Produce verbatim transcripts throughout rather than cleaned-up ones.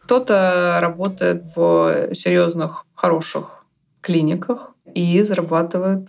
Кто-то работает в серьезных, хороших клиниках и зарабатывает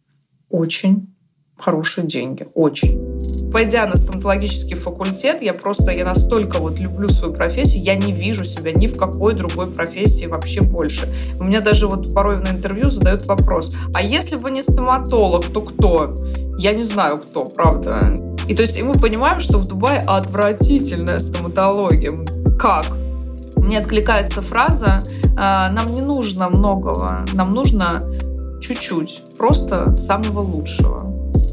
очень хорошие деньги. Очень. Пойдя на стоматологический факультет, я просто я настолько вот люблю свою профессию, я не вижу себя ни в какой другой профессии вообще больше. У меня даже вот порой на интервью задают вопрос: а если бы не стоматолог, то кто? Я не знаю, кто, правда. И то есть и мы понимаем, что в Дубае отвратительная стоматология. Как? Мне откликается фраза: нам не нужно многого, нам нужно чуть-чуть, просто самого лучшего.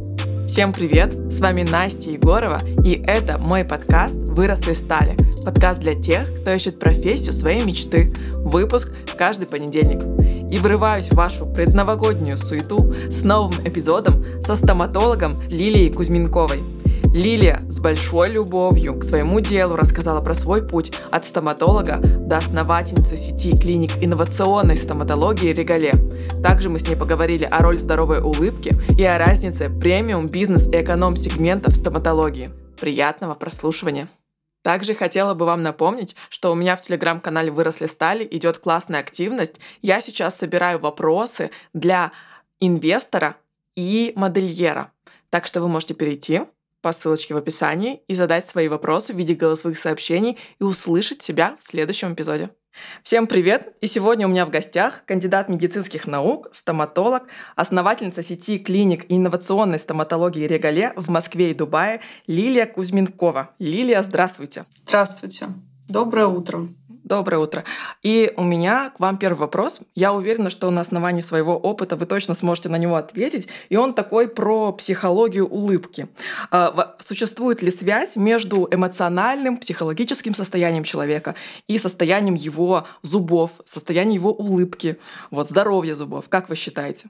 Всем привет! С вами Настя Егорова, и это мой подкаст «Выросли стали». Подкаст для тех, кто ищет профессию своей мечты. Выпуск каждый понедельник. И врываюсь в вашу предновогоднюю суету с новым эпизодом со стоматологом Лилией Кузьминковой. Лилия с большой любовью к своему делу рассказала про свой путь от стоматолога до основательницы сети клиник инновационной стоматологии «Регале». Также мы с ней поговорили о роли здоровой улыбки и о разнице премиум, бизнес и эконом-сегмента в стоматологии. Приятного прослушивания! Также хотела бы вам напомнить, что у меня в телеграм-канале «Выросли стали» идет классная активность. Я сейчас собираю вопросы для инвестора и модельера. Так что вы можете перейти по ссылочке в описании и задать свои вопросы в виде голосовых сообщений и услышать себя в следующем эпизоде. Всем привет! И сегодня у меня в гостях кандидат медицинских наук, стоматолог, основательница сети клиник инновационной стоматологии «Регале» в Москве и Дубае Лилия Кузьминкова. Лилия, здравствуйте! Здравствуйте! Доброе утро! Доброе утро. И у меня к вам первый вопрос. Я уверена, что на основании своего опыта вы точно сможете на него ответить. И он такой про психологию улыбки. Существует ли связь между эмоциональным, психологическим состоянием человека и состоянием его зубов, состоянием его улыбки, вот, здоровья зубов? Как вы считаете?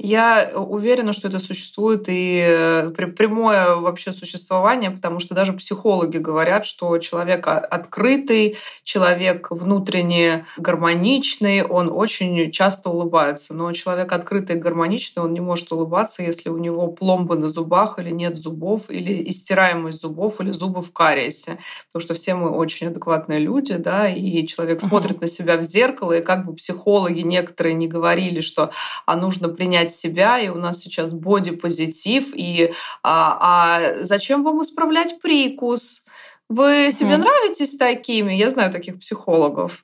Я уверена, что это существует и прямое вообще существование, потому что даже психологи говорят, что человек открытый, человек внутренне гармоничный, он очень часто улыбается. Но человек открытый и гармоничный, он не может улыбаться, если у него пломбы на зубах или нет зубов, или истираемость зубов, или зубы в кариесе. Потому что все мы очень адекватные люди, да, и человек смотрит uh-huh. на себя в зеркало, и как бы психологи некоторые не говорили, что а нужно принять себя, и у нас сейчас бодипозитив, и а, а зачем вам исправлять прикус? Вы себе mm. нравитесь такими? Я знаю таких психологов.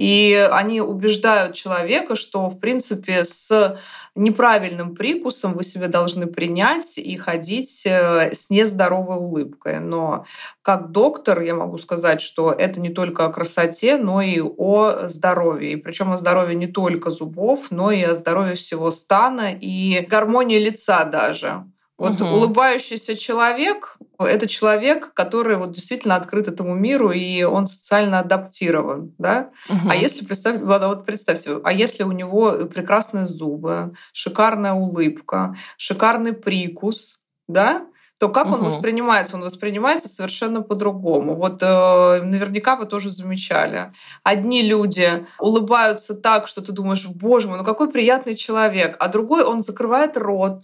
И они убеждают человека, что, в принципе, с неправильным прикусом вы себя должны принять и ходить с нездоровой улыбкой. Но как доктор я могу сказать, что это не только о красоте, но и о здоровье. И причем о здоровье не только зубов, но и о здоровье всего стана и гармонии лица даже. Вот угу. улыбающийся человек — это человек, который вот действительно открыт этому миру, и он социально адаптирован. Да? Угу. А если, представь, вот представьте, а если у него прекрасные зубы, шикарная улыбка, шикарный прикус, да? то как угу. он воспринимается? Он воспринимается совершенно по-другому. Вот э, наверняка вы тоже замечали. Одни люди улыбаются так, что ты думаешь: боже мой, ну какой приятный человек, а другой, он закрывает рот,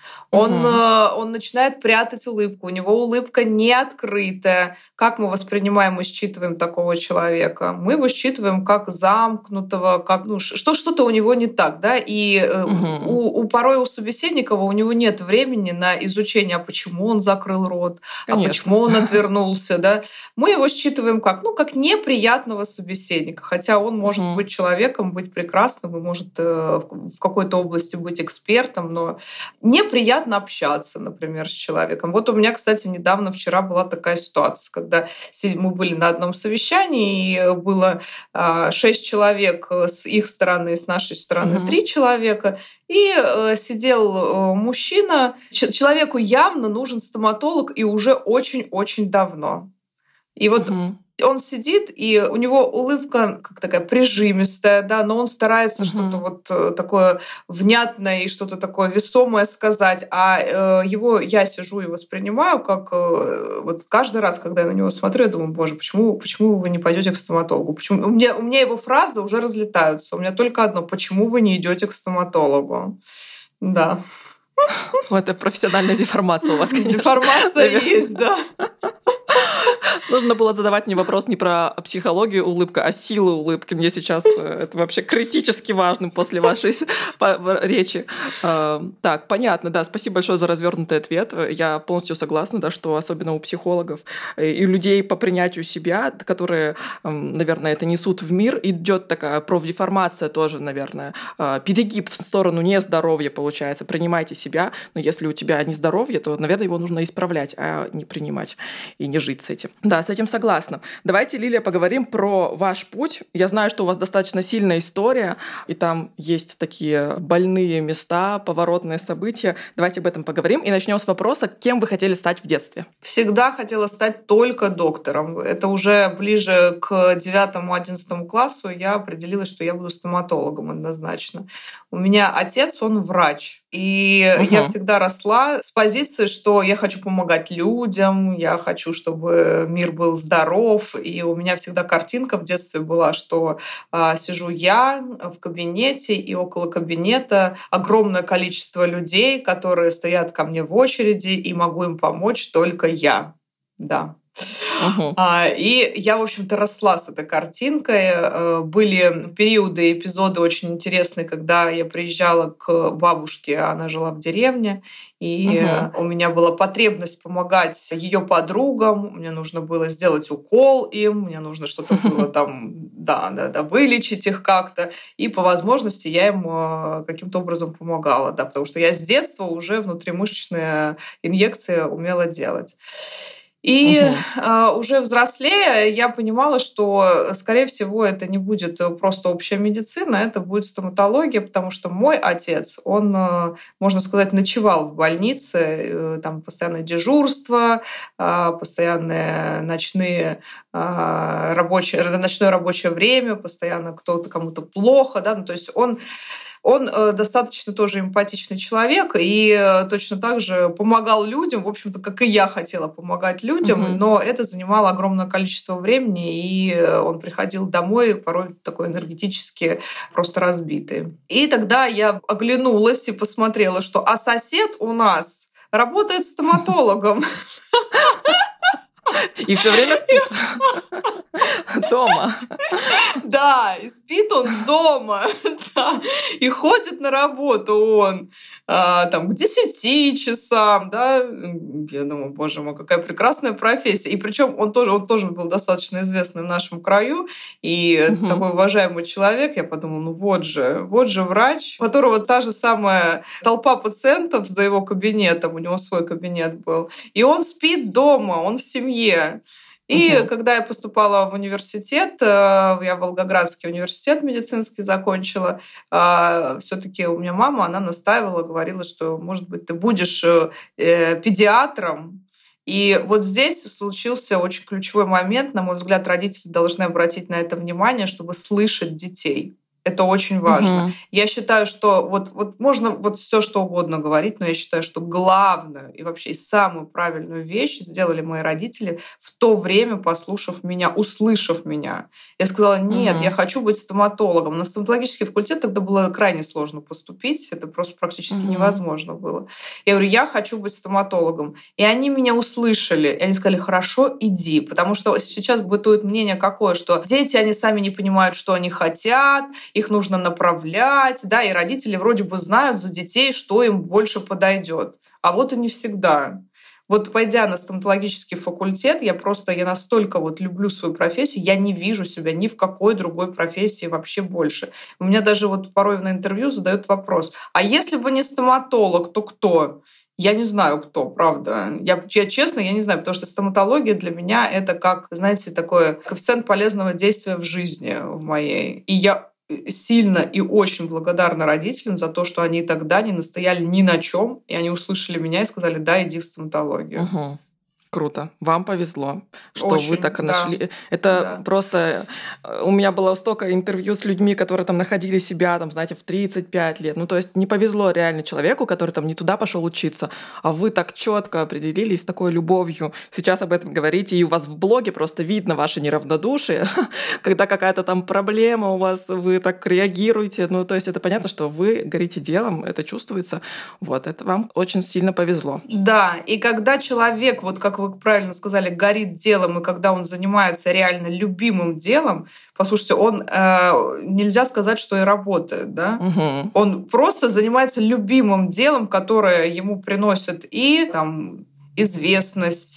Он, угу. он начинает прятать улыбку, у него улыбка не открытая. Как мы воспринимаем и считываем такого человека? Мы его считываем как замкнутого, как ну, что что-то у него не так, да? И угу. у, у порой у собеседника у него нет времени на изучение, а почему он закрыл рот, Конечно. а почему он отвернулся, да? Мы его считываем как, ну, как неприятного собеседника, хотя он может угу. быть человеком, быть прекрасным и может в какой-то области быть экспертом, но неприятно общаться, например, с человеком. Вот у меня, кстати, недавно, вчера была такая ситуация, когда мы были на одном совещании, и было шесть человек с их стороны, с нашей стороны угу. три человека, и сидел мужчина. Человеку явно нужен стоматолог, и уже очень-очень давно. И вот угу. он сидит, и у него улыбка как такая прижимистая, да, но он старается uh-huh. что-то вот такое внятное и что-то такое весомое сказать, а э, его я сижу и воспринимаю как э, вот каждый раз, когда я на него смотрю, я думаю: боже, почему, почему вы не пойдете к стоматологу? Почему? У меня, у меня его фразы уже разлетаются. У меня только одно: почему вы не идете к стоматологу? Да. Вот это профессиональная деформация у вас, конечно. Деформация есть, да. Нужно было задавать мне вопрос не про психологию улыбка, а силу улыбки. Мне сейчас это вообще критически важно после вашей речи. Так, понятно, да, спасибо большое за развернутый ответ. Я полностью согласна, да, что особенно у психологов и людей по принятию себя, которые, наверное, это несут в мир, идет такая профдеформация тоже, наверное, перегиб в сторону нездоровья получается. Принимайте себя, но если у тебя нездоровье, то, наверное, его нужно исправлять, а не принимать и не жить с этим. Да, с этим согласна. Давайте, Лилия, поговорим про ваш путь. Я знаю, что у вас достаточно сильная история, и там есть такие больные места, поворотные события. Давайте об этом поговорим и начнем с вопроса, кем вы хотели стать в детстве? Всегда хотела стать только доктором. Это уже ближе к девятому-одиннадцатому классу я определилась, что я буду стоматологом однозначно. У меня отец, он врач. И угу. я всегда росла с позиции, что я хочу помогать людям, я хочу, чтобы мир был здоров. И у меня всегда картинка в детстве была, что а, сижу я в кабинете, и около кабинета огромное количество людей, которые стоят ко мне в очереди, и могу им помочь только я. Да. Uh-huh. А, и я, в общем-то, росла с этой картинкой. Были периоды, эпизоды очень интересные, когда я приезжала к бабушке, она жила в деревне, и uh-huh. у меня была потребность помогать ее подругам, мне нужно было сделать укол им, мне нужно что-то было там, да, да, да, вылечить их как-то, и по возможности я им каким-то образом помогала, да, потому что я с детства уже внутримышечные инъекции умела делать. И угу. uh, уже взрослея я понимала, что, скорее всего, это не будет просто общая медицина, это будет стоматология, потому что мой отец, он, можно сказать, ночевал в больнице, там постоянное дежурство, постоянные ночные рабочие, ночное рабочее время, постоянно кто-то кому-то плохо, да, ну, то есть он Он достаточно тоже эмпатичный человек и точно так же помогал людям, в общем-то, как и я хотела помогать людям, угу. но это занимало огромное количество времени, и он приходил домой порой такой энергетически просто разбитый. И тогда я оглянулась и посмотрела, что а сосед у нас работает стоматологом. И все время спит дома. Да, и спит он дома. Да. И ходит на работу он а, там, к десяти часам. Да. Я думаю, боже мой, какая прекрасная профессия. И причем он тоже, он тоже был достаточно известный в нашем краю. И угу. такой уважаемый человек. Я подумала, ну вот же, вот же врач, у которого та же самая толпа пациентов за его кабинетом, у него свой кабинет был. И он спит дома, он в семье. И uh-huh. когда я поступала в университет, я Волгоградский университет медицинский закончила, все-таки у меня мама, она настаивала, говорила, что, может быть, ты будешь педиатром. И вот здесь случился очень ключевой момент. На мой взгляд, родители должны обратить на это внимание, чтобы слышать детей. Это очень важно. Угу. Я считаю, что вот, вот можно вот все что угодно говорить, но я считаю, что главную и вообще самую правильную вещь сделали мои родители в то время, послушав меня, услышав меня. Я сказала, нет, угу. я хочу быть стоматологом. На стоматологический факультет тогда было крайне сложно поступить, это просто практически угу. невозможно было. Я говорю, я хочу быть стоматологом. И они меня услышали, и они сказали, хорошо, иди. Потому что сейчас бытует мнение какое, что дети, они сами не понимают, что они хотят, их нужно направлять, да, и родители вроде бы знают за детей, что им больше подойдет. А вот и не всегда. Вот пойдя на стоматологический факультет, я просто, я настолько вот люблю свою профессию, я не вижу себя ни в какой другой профессии вообще больше. У меня даже вот порой на интервью задают вопрос, а если бы не стоматолог, то кто? Я не знаю, кто, правда. Я, я честно, я не знаю, потому что стоматология для меня — это как, знаете, такой коэффициент полезного действия в жизни в моей. И я сильно и очень благодарна родителям за то, что они тогда не настояли ни на чем, и они услышали меня и сказали, да, иди в стоматологию. Угу. Круто. Вам повезло, что Очень, вы так и да. нашли. Это да. просто... У меня было столько интервью с людьми, которые там находили себя, там, знаете, в тридцать пять лет. Ну, то есть не повезло реально человеку, который там не туда пошел учиться, а вы так четко определились с такой любовью. Сейчас об этом говорите, и у вас в блоге просто видно ваше неравнодушие, когда какая-то там проблема у вас, вы так реагируете. Ну, то есть это понятно, что вы горите делом, это чувствуется. Вот, это вам очень сильно повезло. Да, и когда человек, вот как вы правильно сказали, горит делом, и когда он занимается реально любимым делом, послушайте, он э, нельзя сказать, что и работает, да? Угу. Он просто занимается любимым делом, которое ему приносит и там известность,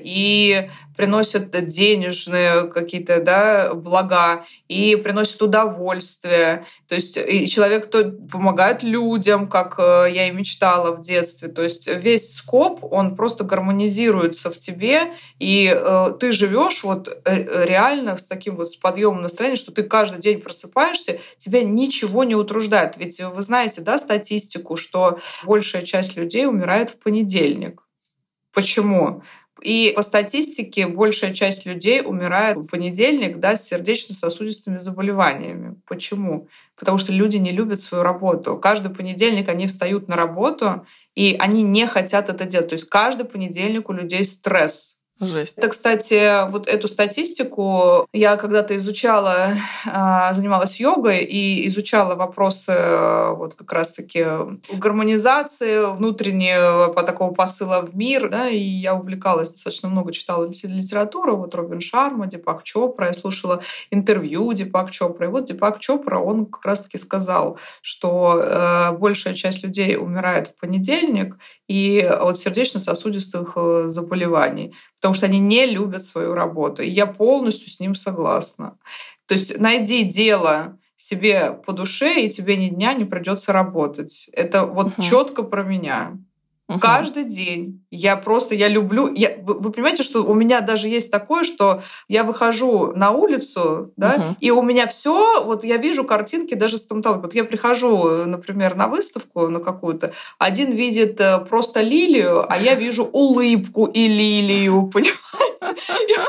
и приносит денежные какие-то, да, блага, и приносит удовольствие. То есть и человек то помогает людям, как я и мечтала в детстве. То есть весь скоп, он просто гармонизируется в тебе, и э, ты живешь вот реально с таким вот с подъемом настроения, что ты каждый день просыпаешься, тебя ничего не утруждает. Ведь вы знаете, да, статистику, что большая часть людей умирает в понедельник. Почему? И по статистике большая часть людей умирает в понедельник, да, с сердечно-сосудистыми заболеваниями. Почему? Потому что люди не любят свою работу. Каждый понедельник они встают на работу, и они не хотят это делать. То есть каждый понедельник у людей стресс. Жесть. Это, кстати, вот эту статистику я когда-то изучала, занималась йогой и изучала вопросы вот как раз-таки гармонизации внутреннего по такого посыла в мир, да, и я увлекалась, достаточно много читала литературу, вот Робин Шарма, Дипак Чопра, я слушала интервью Дипак Чопра, и вот Дипак Чопра, он как раз-таки сказал, что э, большая часть людей умирает в понедельник и от сердечно-сосудистых заболеваний, потому что они не любят свою работу. И я полностью с ним согласна. То есть найди дело себе по душе, и тебе ни дня не придется работать. Это вот uh-huh. четко про меня. Uh-huh. Каждый день. Я просто, я люблю... Я, вы, вы понимаете, что у меня даже есть такое, что я выхожу на улицу, да, uh-huh. и у меня все, вот я вижу картинки даже стоматолога. Вот я прихожу, например, на выставку на какую-то, один видит просто лилию, а я вижу улыбку и лилию, понимаете?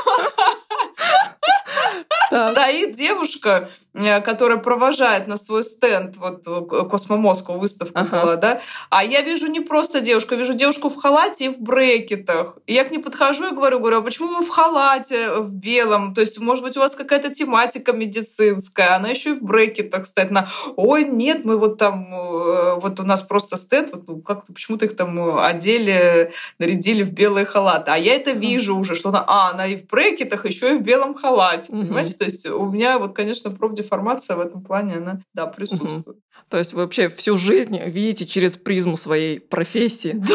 Стоит девушка, которая провожает на свой стенд, вот Космомосква выставка ага. была, да, а я вижу не просто девушку, я вижу девушку в халате и в брекетах. И я к ней подхожу и говорю, говорю, а почему вы в халате, в белом? То есть, может быть, у вас какая-то тематика медицинская, она еще и в брекетах стоит. Она, ой, нет, мы вот там, вот у нас просто стенд, вот как-то почему-то их там одели, нарядили в белые халаты. А я это вижу уже, что она, а, она и в брекетах, еще и в белом халате, понимаете? То есть у меня вот, конечно, профдеформация в этом плане, она, да, присутствует. Угу. То есть вы вообще всю жизнь видите через призму своей профессии. Да.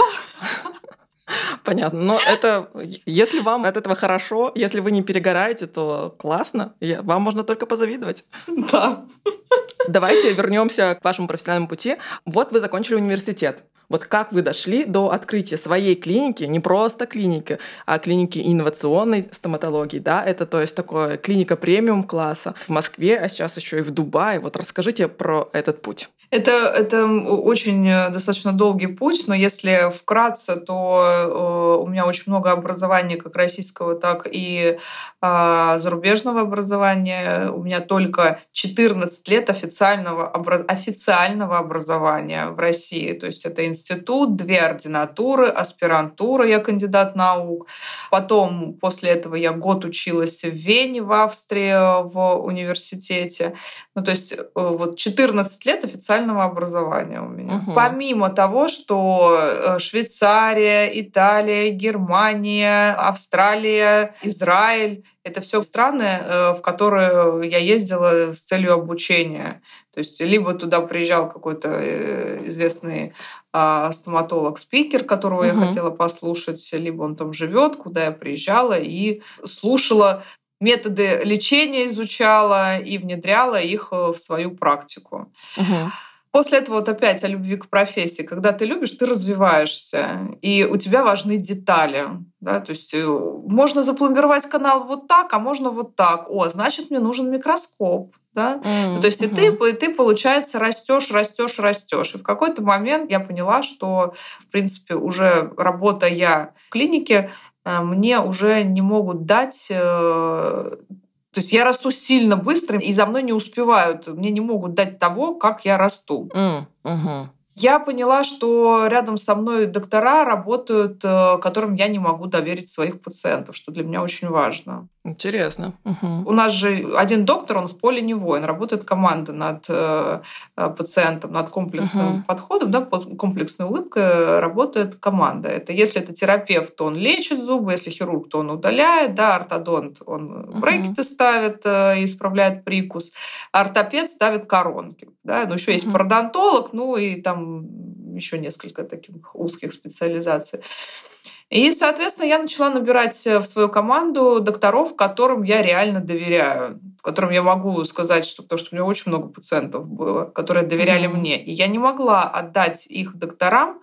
Понятно. Но это, если вам от этого хорошо, если вы не перегораете, то классно. Вам можно только позавидовать. Да. Давайте вернемся к вашему профессиональному пути. Вот вы закончили университет. Вот как вы дошли до открытия своей клиники, не просто клиники, а клиники инновационной стоматологии, да? Это, то есть, такое клиника премиум-класса в Москве, а сейчас еще и в Дубае. Вот расскажите про этот путь. Это, это очень достаточно долгий путь, но если вкратце, то у меня очень много образования, как российского, так и зарубежного образования. У меня только четырнадцать лет официального, официального образования в России. То есть это институт, две ординатуры, аспирантура, я кандидат наук. Потом после этого я год училась в Вене, в Австрии, в университете. Ну, то есть вот четырнадцать лет официального образования у меня. Угу. Помимо того, что Швейцария, Италия, Германия, Австралия, Израиль — это все страны, в которые я ездила с целью обучения. То есть либо туда приезжал какой-то известный стоматолог-спикер, которого угу. я хотела послушать, либо он там живет, куда я приезжала и слушала методы лечения, изучала и внедряла их в свою практику. Угу. После этого вот опять о любви к профессии. Когда ты любишь, ты развиваешься, и у тебя важны детали. Да? То есть можно запломбировать канал вот так, а можно вот так. О, значит, мне нужен микроскоп. Да? Mm-hmm. То есть и ты, и ты, получается, растешь, растешь, растешь. И в какой-то момент я поняла, что, в принципе, уже работая в клинике, мне уже не могут дать... То есть я расту сильно быстро, и за мной не успевают. Мне не могут дать того, как я расту. Mm-hmm. Я поняла, что рядом со мной доктора работают, которым я не могу доверить своих пациентов, что для меня очень важно. Интересно. Угу. У нас же один доктор, он в поле не воин, работает команда над э, пациентом, над комплексным угу. подходом, да, под комплексной улыбкой работает команда. Это если это терапевт, то он лечит зубы, если хирург, то он удаляет, да, ортодонт, он угу. брекеты ставит э, и исправляет прикус, ортопед ставит коронки, да, но еще есть угу. пародонтолог, ну и там еще несколько таких узких специализаций. И, соответственно, я начала набирать в свою команду докторов, которым я реально доверяю, которым я могу сказать, что, потому что у меня очень много пациентов было, которые доверяли mm-hmm. мне. И я не могла отдать их докторам,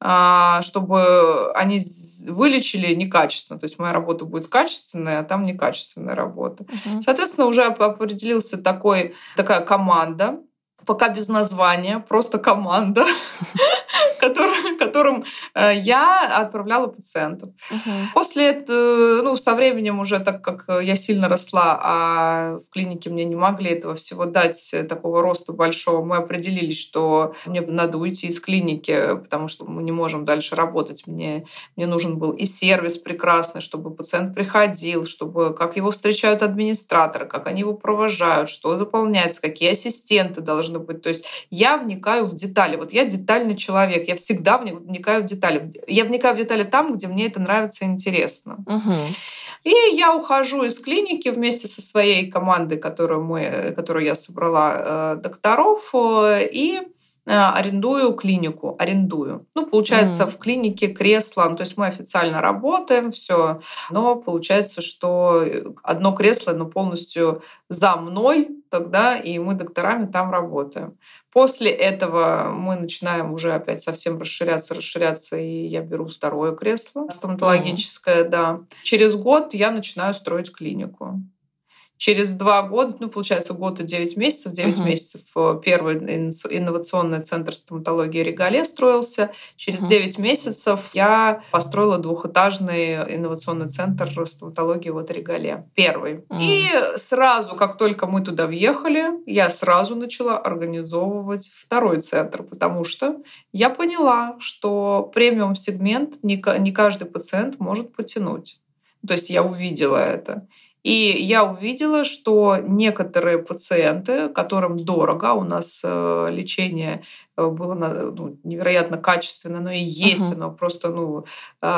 чтобы они вылечили некачественно. То есть моя работа будет качественная, а там некачественная работа. Mm-hmm. Соответственно, уже определился такой, такая команда, пока без названия, просто команда, которым я отправляла пациентов. Uh-huh. После этого, ну, со временем уже, так как я сильно росла, а в клинике мне не могли этого всего дать, такого роста большого, мы определились, что мне надо уйти из клиники, потому что мы не можем дальше работать. Мне, мне нужен был и сервис прекрасный, чтобы пациент приходил, чтобы как его встречают администраторы, как они его провожают, что заполняется, какие ассистенты должны быть. То есть я вникаю в детали. Вот я детальный человек, я всегда вникаю в детали. Я вникаю в детали там, где мне это нравится и интересно. Угу. И я ухожу из клиники вместе со своей командой, которую, мы, которую я собрала, докторов, и арендую клинику, арендую. Ну, получается, mm. в клинике кресло, ну, то есть мы официально работаем, все, но получается, что одно кресло, но полностью за мной тогда, и мы докторами там работаем. После этого мы начинаем уже опять совсем расширяться, расширяться, и я беру второе кресло стоматологическое, mm. да. Через год я начинаю строить клинику. Через два года, ну, получается, год и девять месяцев, девять uh-huh. месяцев первый инновационный центр стоматологии Регале строился. Через uh-huh. девять месяцев я построила двухэтажный инновационный центр стоматологии вот Регале. Первый. Uh-huh. И сразу, как только мы туда въехали, я сразу начала организовывать второй центр, потому что я поняла, что премиум-сегмент не каждый пациент может потянуть. То есть я увидела это. И я увидела, что некоторые пациенты, которым дорого, у нас лечение было ну, невероятно качественно, но и есть uh-huh. оно просто, ну,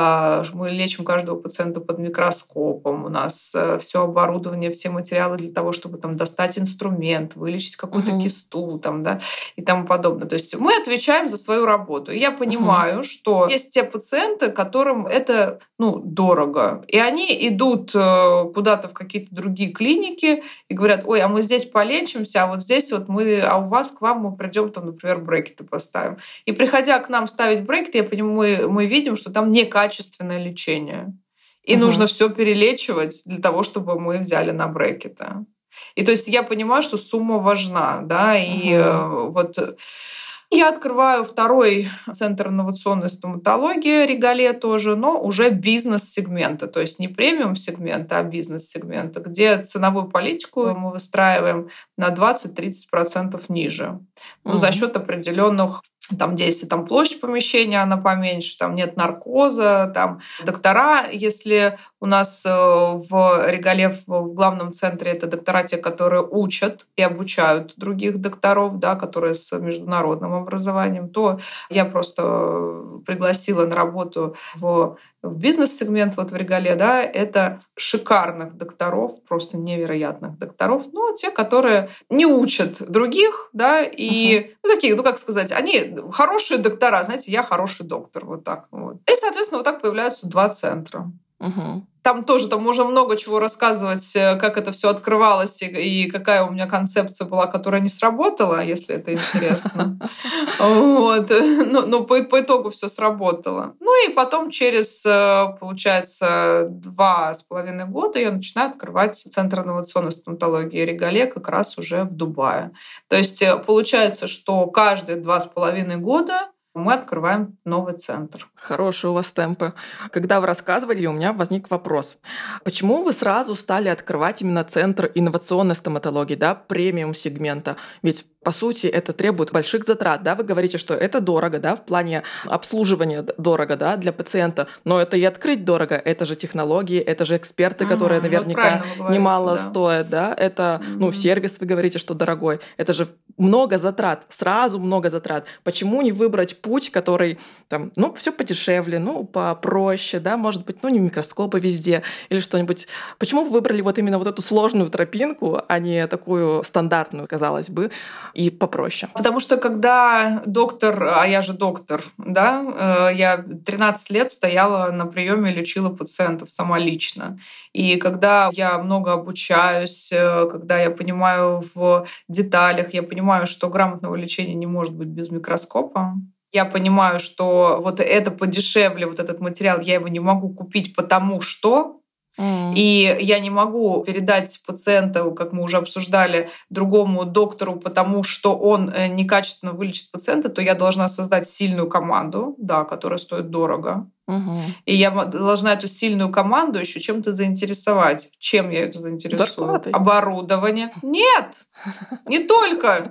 мы лечим каждого пациента под микроскопом, у нас все оборудование, все материалы для того, чтобы там достать инструмент, вылечить какую-то uh-huh. кисту там, да, и тому подобное. То есть мы отвечаем за свою работу. И я понимаю, uh-huh. что есть те пациенты, которым это, ну, дорого, и они идут куда-то в какие-то другие клиники и говорят: ой, а мы здесь полечимся, а вот здесь вот мы, а у вас к вам мы придем там, например, брекеты поставим. И приходя к нам ставить брекеты, я понимаю, мы, мы видим, что там некачественное лечение. И угу. нужно все перелечивать для того, чтобы мы взяли на брекеты. И то есть я понимаю, что сумма важна, да, и угу. вот я открываю второй центр инновационной стоматологии Регале тоже, но уже бизнес-сегмента, то есть не премиум-сегмента, а бизнес-сегмента, где ценовую политику мы выстраиваем на двадцать-тридцать процентов ниже. Ну, mm-hmm. за счет определенных там, если там площадь помещения, она поменьше, там нет наркоза, там доктора, если у нас в Регале, в главном центре, это доктора, те, которые учат и обучают других докторов, да, которые с международным образованием, то я просто пригласила на работу в в бизнес-сегмент вот в Регале, да, это шикарных докторов, просто невероятных докторов, но те, которые не учат других, да, и uh-huh. ну, такие, ну, как сказать, они хорошие доктора, знаете, я хороший доктор, вот так вот. И, соответственно, вот так появляются два центра. Uh-huh. Там тоже там можно много чего рассказывать, как это все открывалось и, и какая у меня концепция была, которая не сработала, если это интересно. Вот. Но, но по, по итогу все сработало. Ну и потом через, получается, два с половиной года я начинаю открывать Центр инновационной стоматологии Регале как раз уже в Дубае. То есть получается, что каждые два с половиной года мы открываем новый центр. Хорошие у вас темпы. Когда вы рассказывали, у меня возник вопрос. Почему вы сразу стали открывать именно центр инновационной стоматологии, да, премиум-сегмента? Ведь, по сути, это требует больших затрат, да? Вы говорите, что это дорого, да, в плане обслуживания дорого, да, для пациента, но это и открыть дорого. Это же технологии, это же эксперты, Угу, которые вот наверняка правильно вы говорите, немало да. стоят, да? Это, ну, Мгм. сервис, вы говорите, что дорогой. Это же много затрат, сразу много затрат. Почему не выбрать путь, который, там, ну, все подешевле, ну, попроще, да, может быть, ну, не микроскопы везде или что-нибудь. Почему вы выбрали вот именно вот эту сложную тропинку, а не такую стандартную, казалось бы, и попроще? Потому что когда доктор, а я же доктор, да, э, я тринадцать лет стояла на приеме и лечила пациентов сама лично. И когда я много обучаюсь, э, когда я понимаю в деталях, я понимаю, что грамотного лечения не может быть без микроскопа. Я понимаю, что вот это подешевле, вот этот материал, я его не могу купить, потому что М. и я не могу передать пациента, как мы уже обсуждали, другому доктору, потому что он э, некачественно вылечит пациента, то я должна создать сильную команду, да, которая стоит дорого. Мгм. И я мо- должна эту сильную команду еще чем-то заинтересовать. Чем я это заинтересую? Зарплатой. Оборудование? Нет, не только.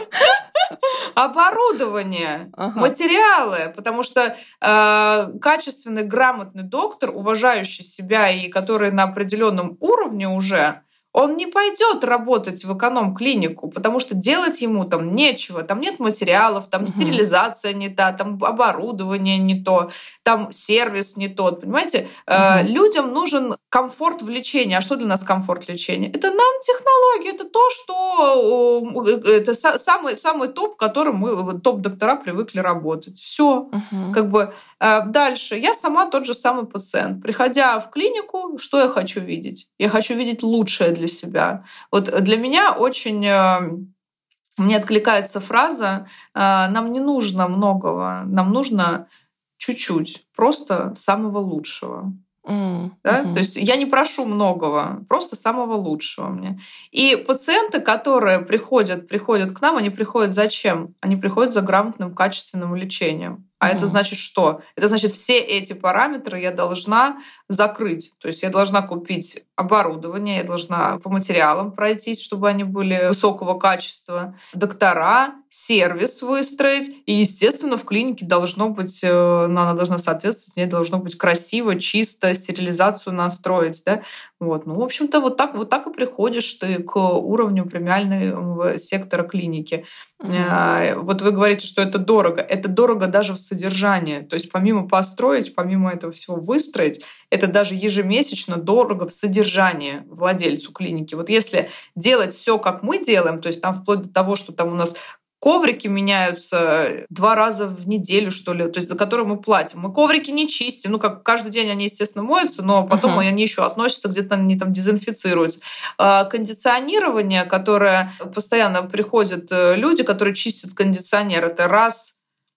Оборудование, Ага. материалы, потому что э, качественный, грамотный доктор, уважающий себя и который на определенном уровне уже, он не пойдет работать в эконом-клинику, потому что делать ему там нечего, там нет материалов, там Мгм. стерилизация не та, там оборудование не то, там сервис не тот, понимаете? Э, Мгм. людям нужен комфорт в лечении. А что для нас комфорт лечения? Это нанотехнологии, это то, что э, это са- самый, самый топ, которым мы, вот, топ-доктора привыкли работать. Все. Мгм. Как бы э, дальше. Я сама тот же самый пациент. Приходя в клинику, что я хочу видеть? Я хочу видеть лучшее для себя. Вот для меня очень... э, Мне откликается фраза э, «нам не нужно многого, нам нужно чуть-чуть, просто самого лучшего». М. Да? Мгм. То есть я не прошу многого, просто самого лучшего мне. И пациенты, которые приходят, приходят к нам, они приходят зачем? Они приходят за грамотным, качественным лечением. А это Мгм. значит что? Это значит, все эти параметры я должна закрыть. То есть я должна купить оборудование, я должна по материалам пройтись, чтобы они были высокого качества, доктора, сервис выстроить. И, естественно, в клинике должно быть, э, ну, она должна соответствовать, в ней должно быть красиво, чисто, стерилизацию настроить. Да? Вот. Ну, в общем-то, вот так, вот так и приходишь ты к уровню премиального сектора клиники. Мгм. Э, Вот вы говорите, что это дорого. Это дорого даже в содержании. То есть помимо построить, помимо этого всего выстроить, это даже ежемесячно дорого в содержании владельцу клиники. Вот если делать все, как мы делаем, то есть там вплоть до того, что там у нас коврики меняются два раза в неделю, что ли, то есть за которые мы платим. Мы коврики не чистим, ну как каждый день они, естественно, моются, но потом Мгм. они еще относятся, где-то они там дезинфицируются. А, Кондиционирование, которое постоянно приходят э, люди, которые чистят кондиционер, это раз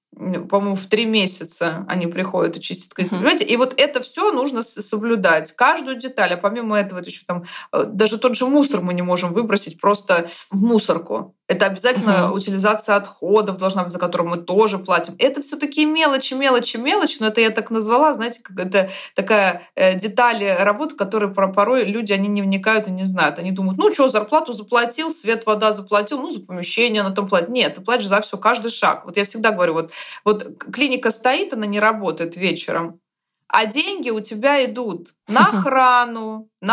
м, по-моему, в три месяца они приходят и чистят кондиционер. Мгм. Понимаете? И вот это все нужно с- соблюдать. Каждую деталь. А помимо этого, это еще там э, даже тот же мусор мы не можем выбросить просто в мусорку. Это обязательно Мгм. утилизация отходов должна быть, за которую мы тоже платим. Это все такие мелочи, мелочи, мелочи, но это я так назвала, знаете, как это такая э, деталь работы, которые про- порой люди, они не вникают и не знают. Они думают, ну что, зарплату заплатил, свет, вода заплатил, ну за помещение на том платит. Нет, ты платишь за все, каждый шаг. Вот я всегда говорю, вот, вот клиника стоит, она не работает вечером, а деньги у тебя идут на охрану, на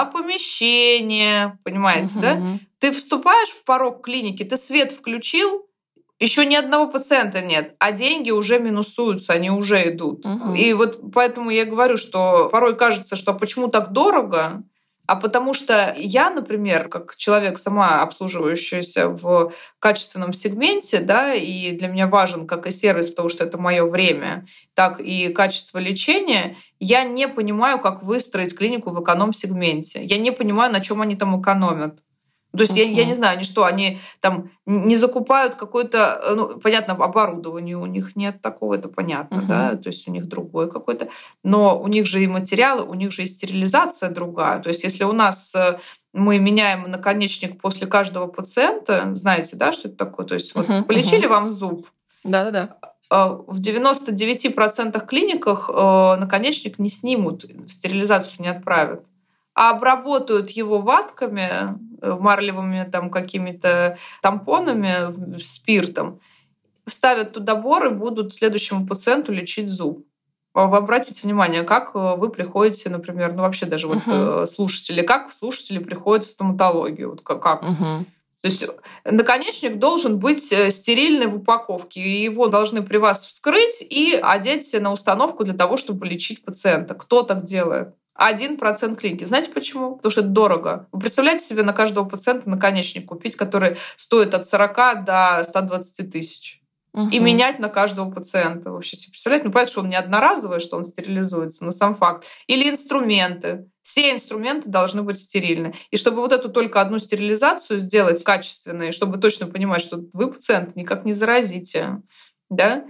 помещение, понимаете, да? Мгм. Ты вступаешь в порог клиники, ты свет включил, еще ни одного пациента нет, а деньги уже минусуются, они уже идут. Мгм. И вот поэтому я говорю, что порой кажется, что почему так дорого, а потому что я, например, как человек, сама обслуживающаяся в качественном сегменте, да, и для меня важен как и сервис, потому что это мое время, так и качество лечения, я не понимаю, как выстроить клинику в эконом-сегменте. Я не понимаю, на чем они там экономят. То есть я, я не Мгм. знаю, они что, они там не закупают какое-то, э, ну, понятно, оборудование у них нет такого, это понятно, Мгм. да, то есть у них другое какое-то, но у них же и материалы, у них же и стерилизация другая. То есть если у нас э, мы меняем наконечник после каждого пациента, знаете, да, что это такое? То есть вот Мгм. полечили Мгм. вам зуб, Да-да-да. В девяноста девяти процентах клиниках наконечник не снимут, в стерилизацию не отправят, а обработают его ватками, марлевыми там какими-то тампонами, спиртом, вставят туда бор и будут следующему пациенту лечить зуб. Вы обратите внимание, как вы приходите, например, ну вообще даже uh-huh. вот слушатели, как слушатели приходят в стоматологию, вот как. Uh-huh. То есть наконечник должен быть стерильный в упаковке, и его должны при вас вскрыть и одеть на установку для того, чтобы лечить пациента. Кто так делает? Один процент клиники. Знаете почему? Потому что это дорого. Вы представляете себе на каждого пациента наконечник купить, который стоит от сорока до ста двадцати тысяч? Uh-huh. И менять на каждого пациента. Вообще себе представляете? Ну, понятно, что он не одноразовый, что он стерилизуется, но сам факт. Или инструменты. Все инструменты должны быть стерильны. И чтобы вот эту только одну стерилизацию сделать качественной, чтобы точно понимать, что вы пациента никак не заразите, да,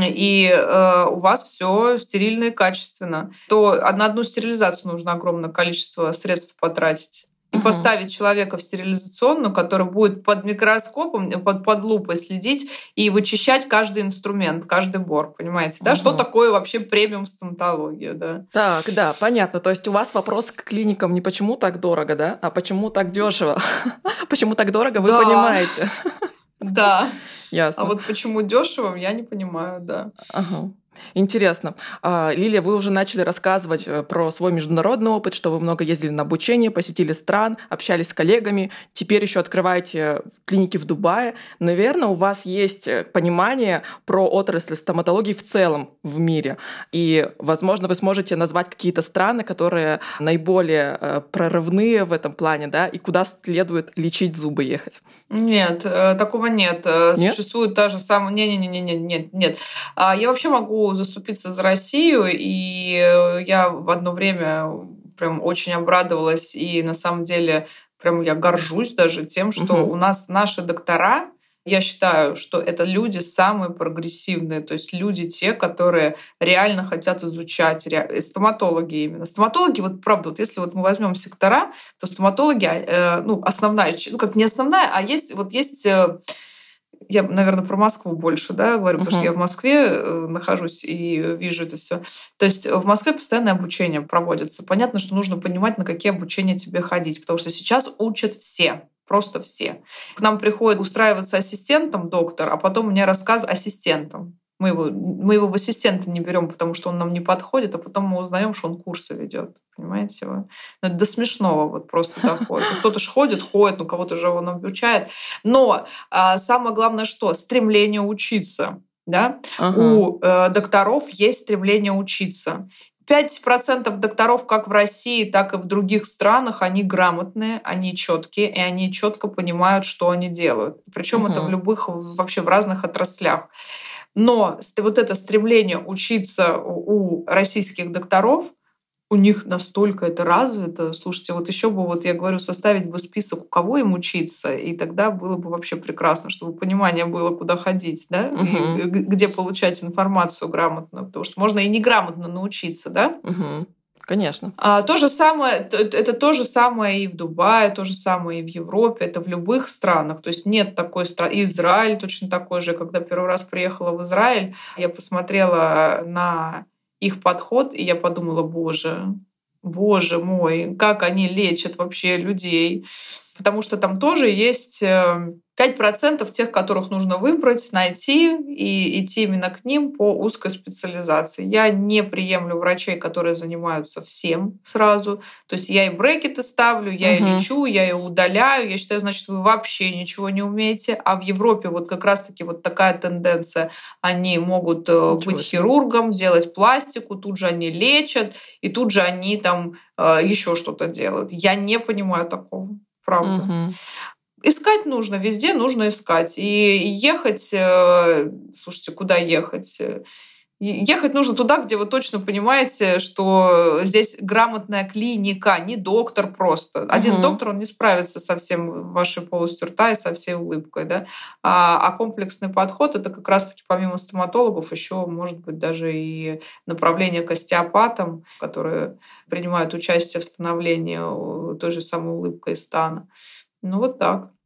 и э, у вас все стерильно и качественно, то на одну стерилизацию нужно огромное количество средств потратить. И uh-huh. поставить человека в стерилизационную, который будет под микроскопом, под, под лупой следить и вычищать каждый инструмент, каждый бор, понимаете, да? Uh-huh. Что такое вообще премиум стоматология, да? Так, да, понятно. То есть у вас вопрос к клиникам не почему так дорого, да, а почему так дешево? Почему так дорого, вы понимаете? Да. Ясно. А вот почему дешево, я не понимаю, да. Ага. Интересно. Лилия, вы уже начали рассказывать про свой международный опыт, что вы много ездили на обучение, посетили стран, общались с коллегами, теперь еще открываете клиники в Дубае. Наверное, у вас есть понимание про отрасль стоматологии в целом в мире. И, возможно, вы сможете назвать какие-то страны, которые наиболее прорывные в этом плане, да, и куда следует лечить зубы ехать. Нет, такого нет. нет? Существует та же самая... Не-не-не-не, нет, нет. Я вообще могу заступиться за Россию, и я в одно время прям очень обрадовалась, и на самом деле прям я горжусь даже тем, что угу. у нас наши доктора, я считаю, что это люди самые прогрессивные, то есть люди те, которые реально хотят изучать, ре... стоматологи именно. Стоматологи, вот правда, вот если вот мы возьмем сектора, то стоматологи, э, ну, основная, ну, как не основная, а есть, вот есть... Э, я, наверное, про Москву больше, да, говорю, uh-huh. потому что я в Москве нахожусь и вижу это все. То есть в Москве постоянное обучение проводится. Понятно, что нужно понимать, на какие обучения тебе ходить, потому что сейчас учат все. Просто все. К нам приходит устраиваться ассистентом доктор, а потом мне рассказывает ассистентом. Мы его, мы его в ассистенты не берем, потому что он нам не подходит, а потом мы узнаем, что он курсы ведет. Понимаете? Ну, это до смешного вот просто доходит. Кто-то же ходит, ходит, ну кого-то же он обучает. Но а, самое главное, что? Стремление учиться. Да? Ага. У э, докторов есть стремление учиться. пять процентов докторов как в России, так и в других странах, они грамотные, они четкие, и они четко понимают, что они делают. Причем uh-huh. это в любых, вообще в разных отраслях. Но вот это стремление учиться у российских докторов, у них настолько это развито. Слушайте, вот еще бы, вот я говорю, составить бы список, у кого им учиться, и тогда было бы вообще прекрасно, чтобы понимание было, куда ходить, да, uh-huh. и где получать информацию грамотно, потому что можно и неграмотно научиться, да. Uh-huh. Конечно. А, то же самое, это то же самое и в Дубае, то же самое и в Европе, это в любых странах. То есть нет такой страны. И Израиль точно такой же. Когда первый раз приехала в Израиль, я посмотрела на их подход, и я подумала, боже, боже мой, как они лечат вообще людей. Потому что там тоже есть пять процентов тех, которых нужно выбрать, найти и идти именно к ним по узкой специализации. Я не приемлю врачей, которые занимаются всем сразу. То есть я и брекеты ставлю, я uh-huh. и лечу, я и удаляю. Я считаю, значит, вы вообще ничего не умеете. А в Европе вот как раз-таки вот такая тенденция. Они могут ничего быть себе. Хирургом, делать пластику, тут же они лечат, и тут же они там еще что-то делают. Я не понимаю такого. Правда. Uh-huh. Искать нужно, везде нужно искать. И ехать, слушайте, куда ехать? Ехать нужно туда, где вы точно понимаете, что здесь грамотная клиника, не доктор просто. Один uh-huh. доктор, он не справится со всем вашей полостью рта и со всей улыбкой. Да? А, а комплексный подход — это как раз-таки помимо стоматологов еще, может быть, даже и направление к остеопатам, которые принимают участие в становлении той же самой улыбкой Стана. Ну вот так.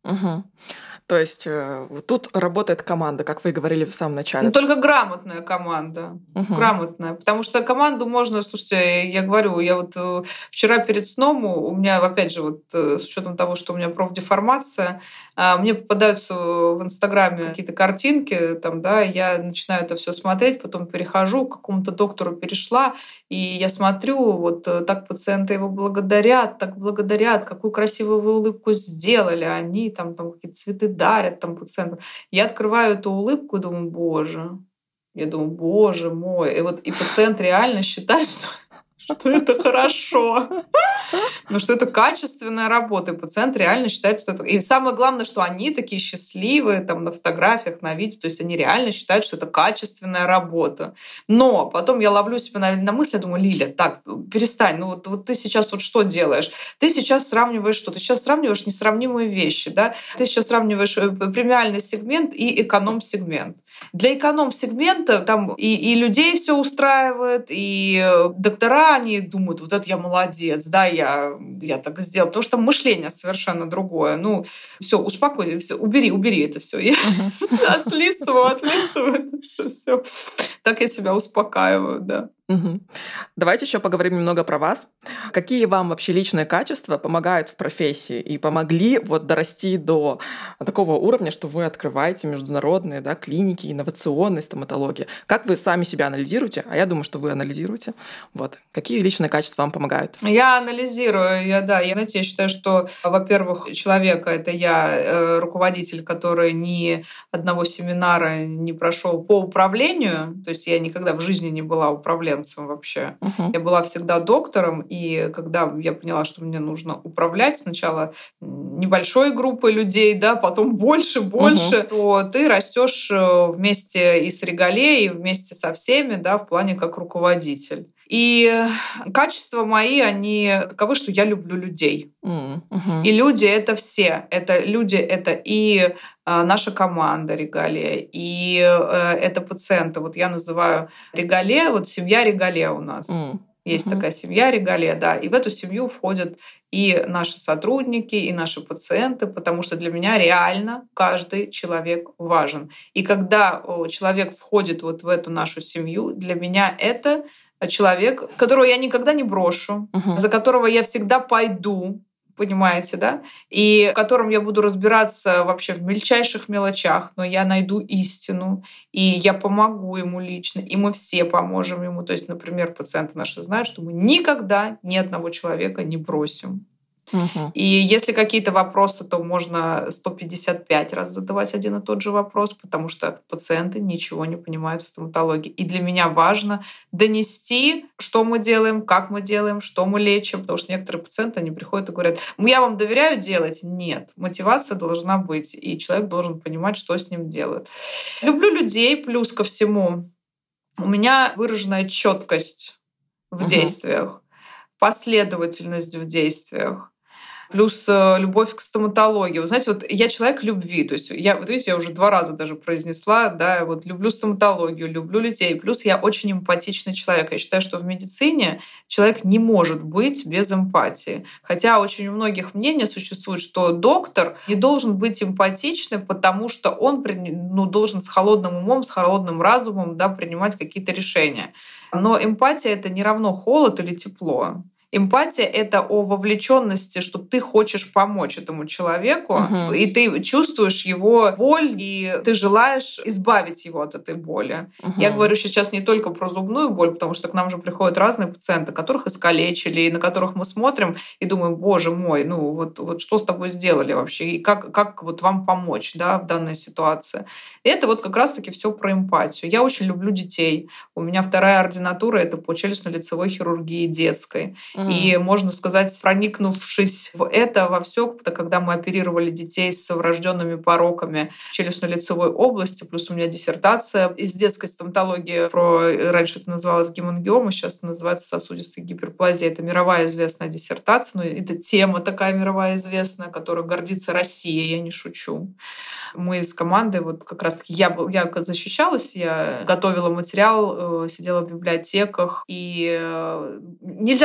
Угу. То есть э, тут работает команда, как вы говорили в самом начале. Ну, только грамотная команда. Угу. Грамотная. Потому что команду можно, слушайте, я говорю, я вот э, вчера перед сном, у меня, опять же, вот э, с учетом того, что у меня профдеформация, э, мне попадаются в Инстаграме какие-то картинки, там, да, я начинаю это все смотреть, потом перехожу, к какому-то доктору перешла, и я смотрю, вот э, так пациенты его благодарят, так благодарят, какую красивую вы улыбку сделали, они там, там какие-то цветы дарят там пациентам. Я открываю эту улыбку и думаю, боже, я думаю, боже мой. И вот и пациент реально считает, что, что это хорошо. Ну, что это качественная работа. И пациент реально считает, что это... И самое главное, что они такие счастливые там на фотографиях, на видео. То есть они реально считают, что это качественная работа. Но потом я ловлю себя на, на мысли, я думаю, Лиля, так, перестань. Ну вот, вот ты сейчас вот что делаешь? Ты сейчас сравниваешь что? Ты сейчас сравниваешь несравнимые вещи. Да? Ты сейчас сравниваешь премиальный сегмент и эконом-сегмент. Для эконом-сегмента там и, и людей все устраивает, и доктора, они думают, вот это я молодец, да, я, я так сделал, потому что мышление совершенно другое. Ну, все, успокойся, все, убери, убери это все. Я отлистываю, отлистываю это все. Так я себя успокаиваю, да. Угу. Давайте еще поговорим немного про вас. Какие вам вообще личные качества помогают в профессии и помогли вот дорасти до такого уровня, что вы открываете международные, да, клиники, инновационные стоматологии? Как вы сами себя анализируете? А я думаю, что вы анализируете. Вот. Какие личные качества вам помогают? Я анализирую, я, да, я, знаете, я считаю, что, во-первых, человека — это я, э, руководитель, который ни одного семинара не прошел по управлению, то есть я никогда в жизни не была управленцем вообще. Uh-huh. Я была всегда доктором, и когда я поняла, что мне нужно управлять сначала небольшой группой людей, да, потом больше, больше, uh-huh. то ты растешь вместе и с Регале, и вместе со всеми, да, в плане как руководитель. И качества мои, они таковы, что я люблю людей. Uh-huh. И люди — это все. Это люди — это и наша команда Регале, и это пациенты. Вот я называю Регале, вот семья Регале у нас. Uh-huh. Есть такая семья Регале, да. И в эту семью входят и наши сотрудники, и наши пациенты, потому что для меня реально каждый человек важен. И когда человек входит вот в эту нашу семью, для меня это человек, которого я никогда не брошу, uh-huh. за которого я всегда пойду, понимаете, да? И в котором я буду разбираться вообще в мельчайших мелочах, но я найду истину, и я помогу ему лично, и мы все поможем ему. То есть, например, пациенты наши знают, что мы никогда ни одного человека не бросим. Uh-huh. И если какие-то вопросы, то можно сто пятьдесят пять раз задавать один и тот же вопрос, потому что пациенты ничего не понимают в стоматологии. И для меня важно донести, что мы делаем, как мы делаем, что мы лечим, потому что некоторые пациенты, они приходят и говорят, я вам доверяю делать? Нет. Мотивация должна быть, и человек должен понимать, что с ним делают. Люблю людей, плюс ко всему у меня выраженная четкость в uh-huh. действиях, последовательность в действиях. Плюс любовь к стоматологии. Вы знаете, вот я человек любви. То есть я, вот видите, я уже два раза даже произнесла, да, вот люблю стоматологию, люблю людей. Плюс я очень эмпатичный человек. Я считаю, что в медицине человек не может быть без эмпатии. Хотя очень у многих мнений существует, что доктор не должен быть эмпатичным, потому что он, ну, должен с холодным умом, с холодным разумом, да, принимать какие-то решения. Но эмпатия — это не равно холод или тепло. Эмпатия — это о вовлеченности, что ты хочешь помочь этому человеку, uh-huh. и ты чувствуешь его боль, и ты желаешь избавить его от этой боли. Uh-huh. Я говорю сейчас не только про зубную боль, потому что к нам же приходят разные пациенты, которых искалечили, и на которых мы смотрим и думаем, боже мой, ну вот, вот что с тобой сделали вообще, и как, как вот вам помочь, да, в данной ситуации. И это вот как раз-таки все про эмпатию. Я очень люблю детей. У меня вторая ординатура — это по челюстно-лицевой хирургии детской. И, можно сказать, проникнувшись в это, во все, когда мы оперировали детей с врожденными пороками челюстно-лицевой области, плюс у меня диссертация из детской стоматологии про, раньше это называлось гемангиома, сейчас это называется сосудистая гиперплазия. Это мировая известная диссертация, но это тема такая мировая известная, которой гордится Россия, я не шучу. Мы с командой, вот как раз-таки я, я защищалась, я готовила материал, сидела в библиотеках, и нельзя сказать, что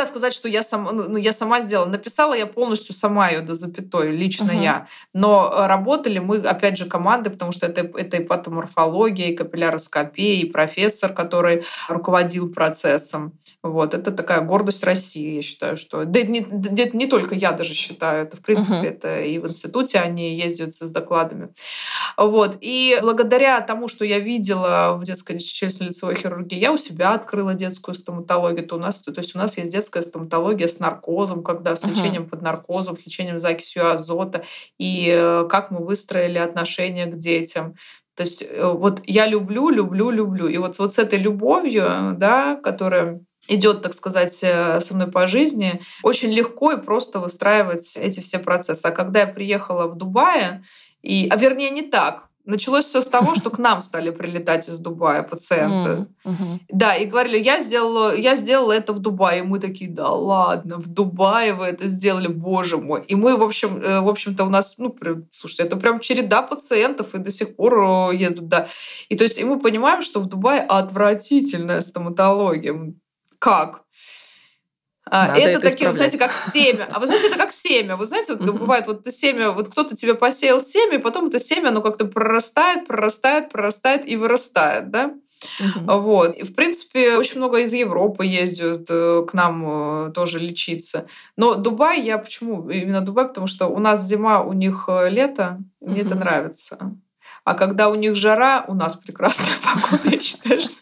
что я сама, ну, я сама сделала. Написала я полностью сама ее до запятой, лично Мгм. я. Но э, работали мы, опять же, командой, потому что это, это и патоморфология, и капилляроскопия, и профессор, который руководил процессом. Вот. Это такая гордость России, я считаю, что... Да это не, да это не только я даже считаю, это, в принципе, Мгм. это и в институте они ездят с докладами. Вот. И благодаря тому, что я видела в детской челюстно-лицевой хирургии, я у себя открыла детскую стоматологию. То, у нас, то есть у нас есть детская стоматология с наркозом, когда с Мгм. лечением под наркозом, с лечением закисью азота, и э, как мы выстроили отношения к детям. То есть э, вот я люблю, люблю, люблю. И вот, вот с этой любовью, да, которая идет, так сказать, э, со мной по жизни, очень легко и просто выстраивать эти все процессы. А когда я приехала в Дубае, и, а вернее не так, началось все с того, что к нам стали прилетать из Дубая пациенты. М, мгм. Да, и говорили, я сделала, я сделала это в Дубае. И мы такие, да ладно, в Дубае вы это сделали, боже мой. И мы, в общем, э, в общем-то, у нас, ну, прям, слушайте, это прям череда пациентов, и до сих пор э, едут, да. И то есть и мы понимаем, что в Дубае отвратительная стоматология. Как? А, Надо Это это такие, вы исправлять. знаете, как семя. А вы знаете, это как семя. Вы знаете, вот как Мгм. бывает, вот это семя, вот кто-то тебе посеял семя, и потом это семя, оно как-то прорастает, прорастает, прорастает и вырастает, да? Мгм. Вот. И, в принципе, очень много из Европы ездят э, к нам э, тоже лечиться. Но Дубай, я почему именно Дубай? Потому что у нас зима, у них э, лето, мне это Мгм. нравится. А когда у них жара, у нас прекрасная погода, я считаю, что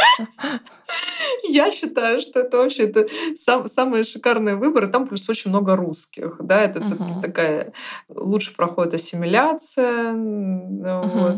я считаю, что это вообще это сам, самые шикарные выборы. Там плюс очень много русских. Да, это все-таки Мгм. такая лучше проходит ассимиляция. м, Вот. Мгм.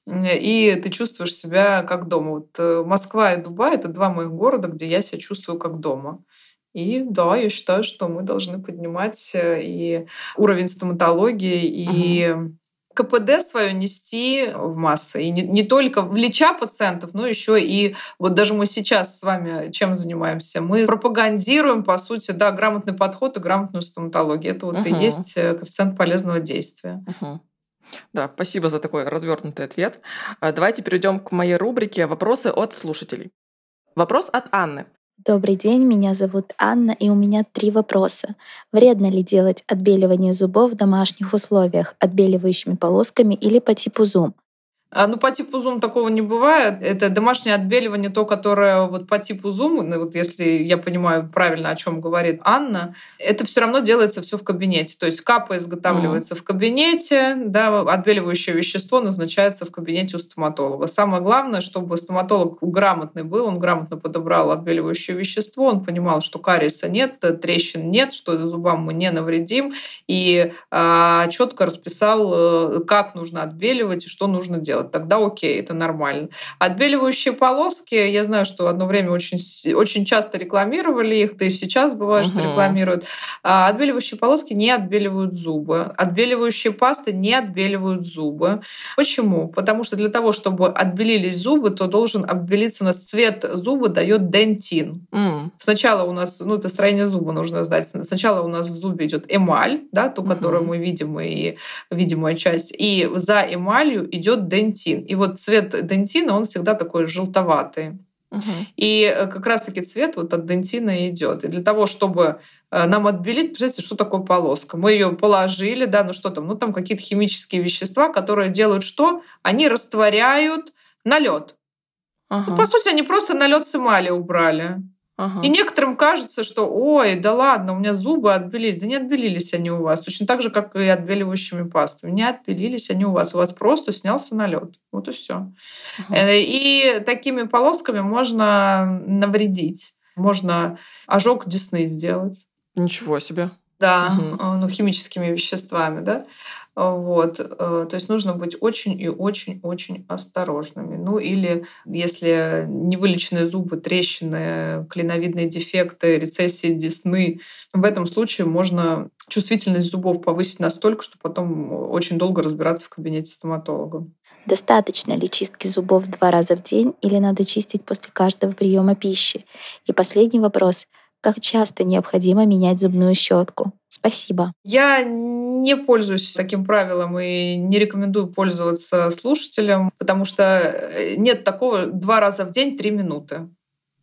И ты чувствуешь себя как дома. Вот э, Москва и Дубай — это два моих города, где я себя чувствую как дома. И да, я считаю, что мы должны поднимать э, и уровень стоматологии, Мгм. и ка пэ дэ свое нести в массы. И не, не только влеча пациентов, но еще и вот даже мы сейчас с вами чем занимаемся? Мы пропагандируем, по сути, да, грамотный подход и грамотную стоматологию. Это вот и Мгм. есть э, коэффициент полезного действия. Мгм. Да, спасибо за такой развернутый ответ. А, Давайте перейдем к моей рубрике «Вопросы от слушателей». Вопрос от Анны. Добрый день, меня зовут Анна, и у меня три вопроса. Вредно ли делать отбеливание зубов в домашних условиях отбеливающими полосками или по типу зум? А, Ну, по типу Zoom такого не бывает. Это домашнее отбеливание, то, которое вот по типу Zoom, ну, вот если я понимаю правильно, о чем говорит Анна, это все равно делается все в кабинете. То есть капа М, изготавливается в кабинете, да, отбеливающее вещество назначается в кабинете у стоматолога. Самое главное, чтобы стоматолог грамотный был, он грамотно подобрал отбеливающее вещество, он понимал, что кариеса нет, трещин нет, что зубам мы не навредим, и а, четко расписал, э, как нужно отбеливать и что нужно делать. Тогда окей, это нормально. Отбеливающие полоски, я знаю, что одно время очень, с- очень часто рекламировали их, да и сейчас бывает, что мгм. рекламируют. А отбеливающие полоски не отбеливают зубы. Отбеливающие пасты не отбеливают зубы. Почему? Потому что для того, чтобы отбелились зубы, то должен оббелиться у нас цвет зуба дает дентин. М, Сначала у нас, ну, это строение зуба нужно сдать. Сначала у нас в зубе идет эмаль, да, ту, которую мгм. мы видим, и видимая часть. И за эмалью идет дентин. И вот цвет дентина, он всегда такой желтоватый. Мгм. И э, как раз-таки цвет вот от дентина идет. И для того, чтобы э, нам отбелить, представьте, что такое полоска. Мы ее положили, да, ну что там, ну там какие-то химические вещества, которые делают что? Они растворяют налет. Ну, по Ага, сути, они просто налет с эмали убрали. И ага. некоторым кажется, что ой, да ладно, у меня зубы отбелились. Да не отбелились они у вас. Точно так же, как и отбеливающими пастами. Не отбелились они у вас. У вас просто снялся налет. Вот и все. Ага. И такими полосками можно навредить. Можно ожог десны сделать. Ничего себе. Да, Мгм. э, ну, химическими веществами, да. А, Вот. э, То есть нужно быть очень и очень-очень осторожными. Ну или если невылеченные зубы, трещины, клиновидные дефекты, рецессии десны, в этом случае можно чувствительность зубов повысить настолько, что потом очень долго разбираться в кабинете стоматолога. Достаточно ли чистки зубов два раза в день или надо чистить после каждого приема пищи? И последний вопрос. Как часто необходимо менять зубную щетку? Спасибо. Я не пользуюсь таким правилом и не рекомендую пользоваться слушателям, потому что э, нет такого два раза в день три минуты.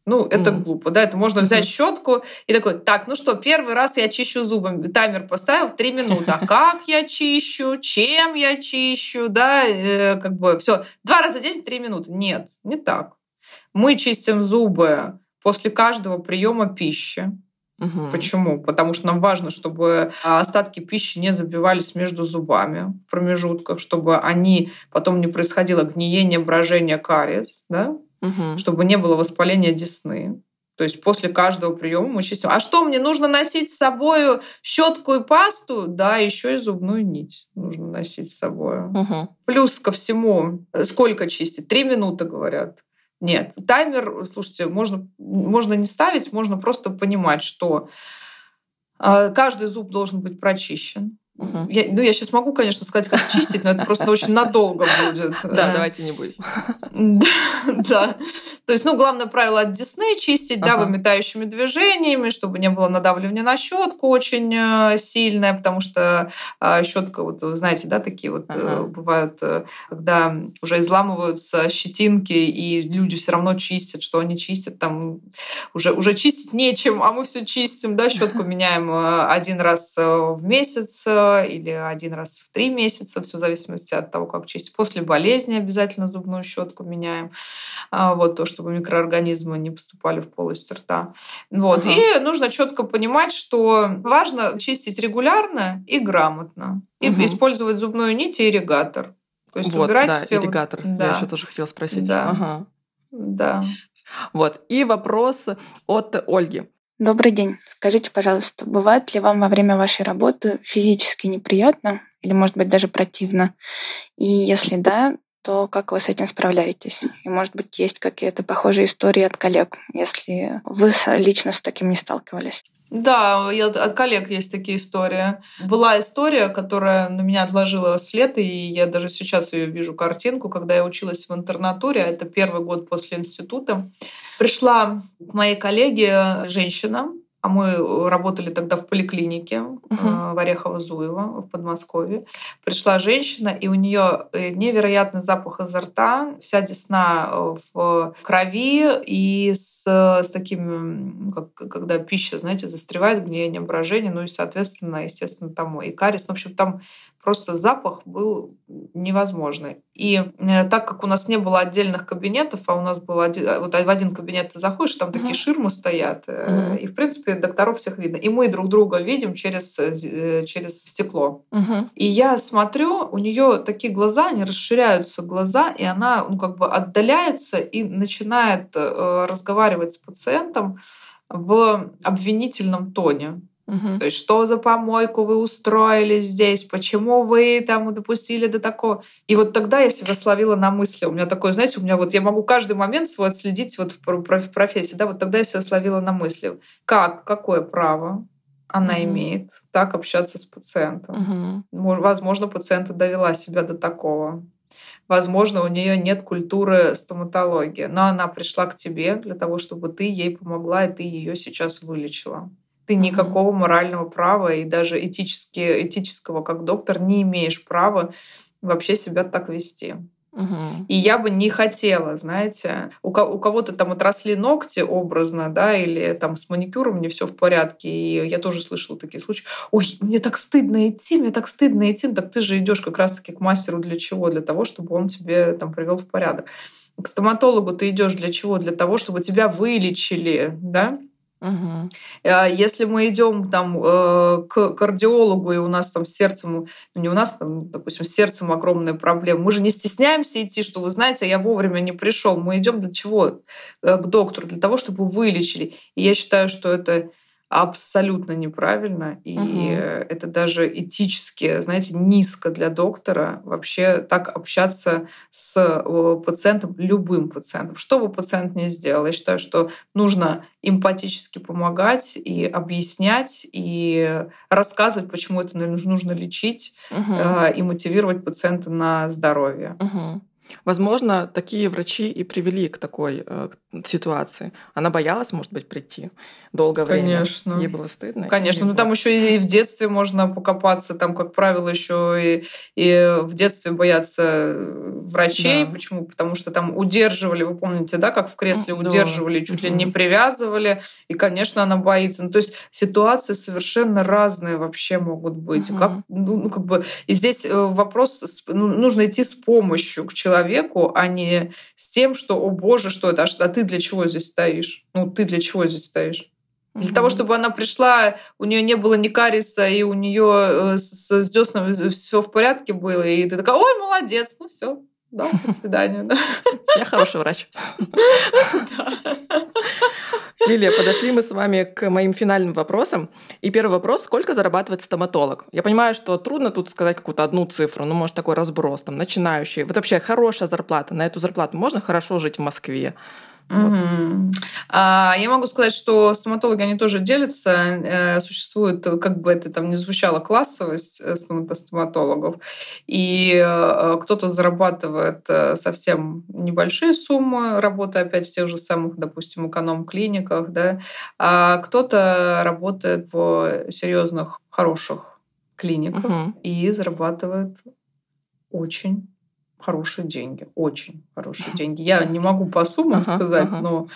Ну, это Мгм. глупо, да, это можно взять Мгм. щетку и такой, так, ну что, первый раз я чищу зубы, таймер поставил три минуты, а как я чищу, чем я чищу, да, э, как бы все, два раза в день три минуты. Нет, не так. Мы чистим зубы после каждого приема пищи. Мгм. Почему? Потому что нам важно, чтобы остатки пищи не забивались между зубами в промежутках, чтобы они потом не происходило гниение, брожение, кариес, да? Мгм. Чтобы не было воспаления десны. То есть после каждого приема мы чистим. А что, мне нужно носить с собой щетку и пасту? Да, еще и зубную нить нужно носить с собой. Мгм. Плюс ко всему, сколько чистить? Три минуты, говорят. Нет, таймер, слушайте, можно, можно не ставить, можно просто понимать, что э, каждый зуб должен быть прочищен. Мгм. Я, ну, я сейчас могу, конечно, сказать, как чистить, но это просто очень надолго будет. Да, Э, давайте не будем. Да, да. То есть, ну, главное правило от десны чистить, да, Ага. выметающими движениями, чтобы не было надавливания на щетку очень э, сильное, потому что э, щетка, вот вы знаете, да, такие вот э, Ага. бывают, э, когда уже изламываются щетинки, и люди все равно чистят, что они чистят, там уже, уже чистить нечем, а мы все чистим, да, щетку меняем э, один раз э, в месяц э, или один раз в три месяца, все в зависимости от того, как чистить. После болезни обязательно зубную щетку меняем, а, вот то, чтобы микроорганизмы не поступали в полость рта. Вот. Ага. И нужно четко понимать, что важно чистить регулярно и грамотно. И Мгм. использовать зубную нить и ирригатор. То есть Вот, убирать да, все вот... ирригатор. Я еще Да, тоже хотела спросить. да, Ага. да. Вот. И вопрос от Ольги. Добрый день. Скажите, пожалуйста, бывает ли вам во время вашей работы физически неприятно или, может быть, даже противно? И если да, то как вы с этим справляетесь? И, может быть, есть какие-то похожие истории от коллег, если вы с- лично с таким не сталкивались? Да, я, от коллег есть такие истории. Была история, которая на меня отложила след, и я даже сейчас ее вижу картинку, когда я училась в интернатуре, а это первый год после института. Пришла к моей коллеге женщина, а мы работали тогда в поликлинике Мгм. э, в Орехово-Зуево в Подмосковье. Пришла женщина, и у нее невероятный запах изо рта, вся десна э, в крови и с, с таким, ну, как, когда пища, знаете, застревает, гниение, брожение, ну и, соответственно, естественно, там и кариес. Ну, в общем, там просто запах был невозможный. И э, так как у нас не было отдельных кабинетов, а у нас был один, вот в один кабинет ты заходишь, там такие Мгм. ширмы стоят, э, Мгм. и, в принципе, докторов всех видно. И мы друг друга видим через, э, через стекло. Мгм. И я смотрю, у нее такие глаза, они расширяются глаза, и она, ну, как бы отдаляется и начинает э, разговаривать с пациентом в обвинительном тоне. Мгм. То есть, что за помойку вы устроили здесь? Почему вы там допустили до такого? И вот тогда я себя словила на мысли. У меня такое, знаете, у меня вот я могу каждый момент свой отследить вот в про- про- в профессии, да, вот тогда я себя словила на мысли. Как, какое право она Мгм. имеет так общаться с пациентом? Мгм. Мо- Возможно, пациента довела себя до такого. Возможно, у нее нет культуры стоматологии, но она пришла к тебе для того, чтобы ты ей помогла, и ты ее сейчас вылечила. Ты Мгм. никакого морального права и даже этически, этического как доктор не имеешь права вообще себя так вести. Мгм. И я бы не хотела, знаете, у, ко- у кого-то там отросли ногти образно, да, или там с маникюром не все в порядке. И я тоже слышала такие случаи. Ой, мне так стыдно идти, мне так стыдно идти. Ну, так ты же идешь как раз-таки к мастеру для чего? Для того, чтобы он тебе там привел в порядок. К стоматологу ты идешь для чего? Для того, чтобы тебя вылечили, да? Мгм. А Если мы идем там э, к кардиологу, и у нас там с сердцем, ну не у нас там, допустим, с сердцем огромные проблемы, мы же не стесняемся идти, что вы знаете, я вовремя не пришел. Мы идем для чего? Э, К доктору, для того, чтобы вылечили. И я считаю, что это абсолютно неправильно, и Мгм. э, это даже этически, знаете, низко для доктора вообще так общаться с э, пациентом, любым пациентом. Что бы пациент ни сделал, я считаю, что нужно эмпатически помогать и объяснять, и рассказывать, почему это нужно лечить, Мгм. э, и мотивировать пациента на здоровье. Мгм. Возможно, такие врачи и привели к такой э, ситуации. Она боялась, может быть, прийти долгое время. Конечно. Ей было стыдно. Конечно. и Ну, там вот. еще и в детстве можно покопаться. Там, как правило, еще и, и в детстве боятся врачей. Да. Почему? Потому что там удерживали, вы помните, да, как в кресле Да. удерживали, чуть ли не Мгм. привязывали. И, конечно, она боится. Ну, то есть ситуации совершенно разные вообще могут быть. Как, Мгм. ну, ну, как бы, и здесь э, вопрос, с- ну, нужно идти с помощью к человеку, а не с тем, что, о боже, что это, а ш- а ты для чего здесь стоишь? Ну, ты для чего здесь стоишь? Для того, Мгм. чтобы она пришла, у нее не было ни кариеса, и у нее с, с дёснами все в порядке было, и ты такая, ой, молодец, ну все, да, до свидания. Да. Я хороший врач. Да. Лилия, подошли мы с вами к моим финальным вопросам. И первый вопрос: сколько зарабатывает стоматолог? Я понимаю, что трудно тут сказать какую-то одну цифру, ну, может, такой разброс, там, начинающий. Вот вообще хорошая зарплата. На эту зарплату можно хорошо жить в Москве? Вот. Мгм. А, Я могу сказать, что стоматологи, они тоже делятся. Э, Существует, э, как бы это там ни звучало, классовость э, стома- стоматологов. И э, кто-то зарабатывает э, совсем небольшие суммы, работая опять в тех же самых, допустим, эконом-клиниках, да, а кто-то работает в серьезных, хороших клиниках Мгм. и зарабатывает очень хорошие деньги, очень хорошие деньги. Я не могу по суммам Ага, сказать, ага. но,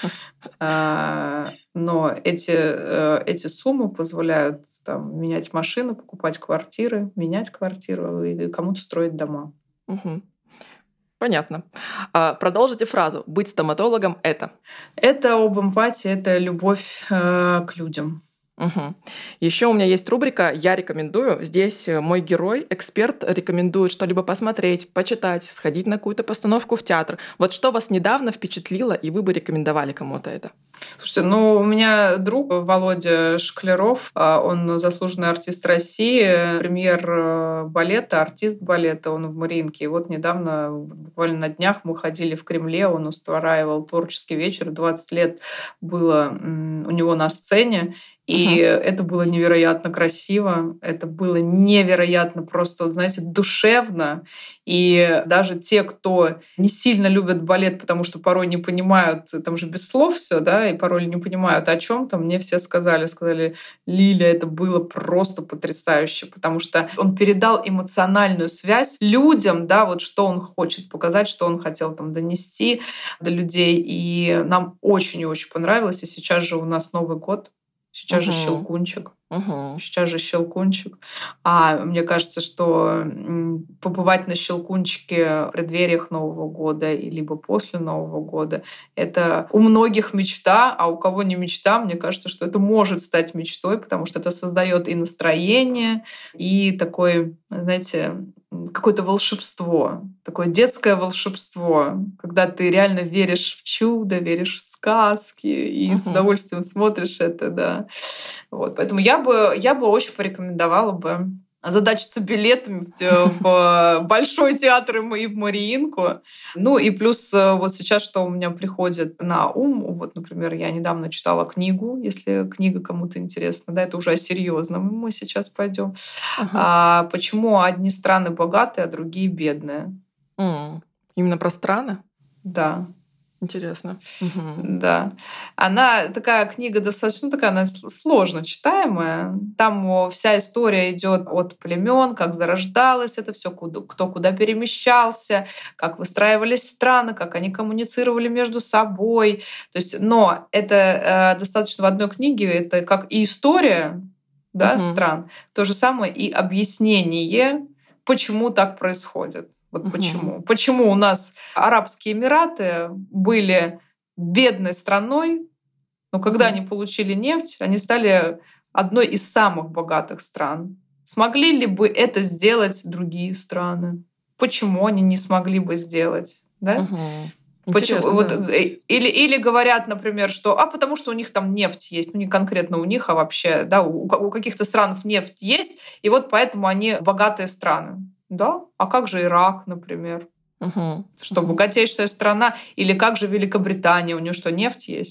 а, но эти, э, эти суммы позволяют там, менять машины, покупать квартиры, менять квартиру и кому-то строить дома. Мгм. Понятно. А, Продолжите фразу. Быть стоматологом — это. Это об эмпатии, это любовь э, к людям. Мгм. Еще у меня есть рубрика «Я рекомендую». Здесь э, мой герой, эксперт, рекомендует что-либо посмотреть, почитать, сходить на какую-то постановку в театр. Вот что вас недавно впечатлило, и вы бы рекомендовали кому-то это? Слушайте, ну, у меня друг Володя Шкляров, а, он заслуженный артист России, премьер э, балета, артист балета, он в Мариинке. И вот недавно, буквально на днях, мы ходили в Кремле, он устраивал творческий вечер, двадцать лет было м, у него на сцене, и Мгм. это было невероятно красиво, это было невероятно просто, вот, знаете, душевно. И даже те, кто не сильно любят балет, потому что порой не понимают, там же без слов все, да, и порой не понимают, о чем там, мне все сказали, сказали, Лиля, это было просто потрясающе, потому что он передал эмоциональную связь людям, да, вот что он хочет показать, что он хотел там донести до людей, и нам очень и очень понравилось, и сейчас же у нас Новый год, сейчас же Мгм. Щелкунчик. Мгм. Сейчас же Щелкунчик. А мне кажется, что м, побывать на Щелкунчике в преддвериях Нового года и либо после Нового года — это у многих мечта, а у кого не мечта, мне кажется, что это может стать мечтой, потому что это создает и настроение, и такой, знаете, м, какое-то волшебство, такое детское волшебство, когда ты реально веришь в чудо, веришь в сказки и с Мгм. удовольствием смотришь это, да. Вот, поэтому я бы, я бы очень порекомендовала бы озадачиться билетами в те- в Большой театр и м- и в Мариинку. Ну и плюс э, вот сейчас, что у меня приходит на ум, вот, например, я недавно читала книгу, если книга кому-то интересна, да, это уже о серьезном мы сейчас пойдем. Ага. А, почему одни страны богатые, а другие бедные? М. Именно про страны? Да. Интересно. Мгм. Да. Она такая книга достаточно такая, она с- сложно читаемая. Там о, вся история идет от племен, как зарождалось это все, кто куда перемещался, как выстраивались страны, как они коммуницировали между собой. То есть, но это э, достаточно в одной книге, это как и история, да, Мгм. стран, то же самое и объяснение, почему так происходит. Вот Мгм. почему. Почему у нас Арабские Эмираты были бедной страной, но когда Мгм. они получили нефть, они стали одной из самых богатых стран. Смогли ли бы это сделать другие страны? Почему они не смогли бы сделать? Да? Мгм. Почему? Интересно, Вот, да. э, или, или говорят, например, что а потому что у них там нефть есть, ну не конкретно у них, а вообще, да, у, у каких-то стран нефть есть, и вот поэтому они богатые страны. Да? А как же Ирак, например? Мгм. Что Мгм. богатейшая страна? Или как же Великобритания? У нее что, нефть есть?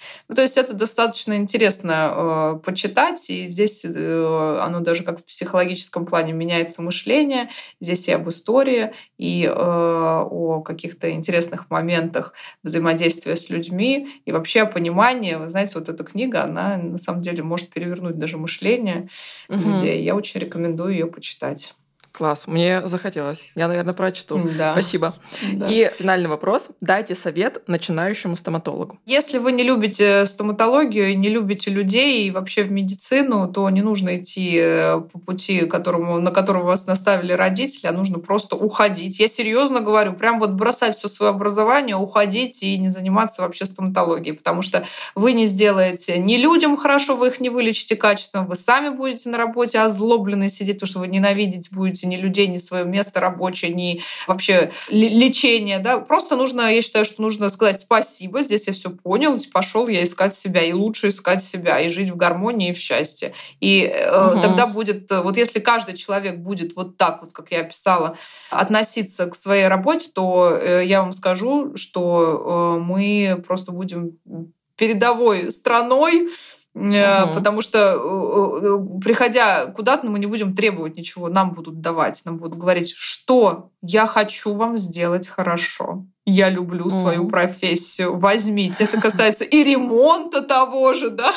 Ну, то есть это достаточно интересно э, почитать, и здесь э, оно даже как в психологическом плане меняется мышление. Здесь и об истории, и э, о каких-то интересных моментах взаимодействия с людьми, и вообще о понимании. Вы знаете, вот эта книга, она на самом деле может перевернуть даже мышление Угу. людей. Я очень рекомендую ее почитать. Класс, мне захотелось. Я, наверное, прочту. Да. Спасибо. Да. И финальный вопрос. Дайте совет начинающему стоматологу. Если вы не любите стоматологию, не любите людей и вообще в медицину, то не нужно идти по пути, которому, на которого вас наставили родители, а нужно просто уходить. Я серьезно говорю, прям вот бросать все свое образование, уходить и не заниматься вообще стоматологией, потому что вы не сделаете ни людям хорошо, вы их не вылечите качественно, вы сами будете на работе озлоблены сидеть, потому что вы ненавидеть будете ни людей, ни свое место рабочее, ни вообще лечение. Да? Просто нужно, я считаю, что нужно сказать спасибо, здесь я все понял, пошел я искать себя, и лучше искать себя, и жить в гармонии и в счастье. И э, угу. тогда будет, вот если каждый человек будет вот так, вот как я описала, относиться к своей работе, то э, я вам скажу, что э, мы просто будем передовой страной, Uh-huh. потому что, приходя куда-то, мы не будем требовать ничего, нам будут давать, нам будут говорить, что я хочу вам сделать хорошо. Я люблю uh-huh. свою профессию, возьмите. Это касается и ремонта того же, да?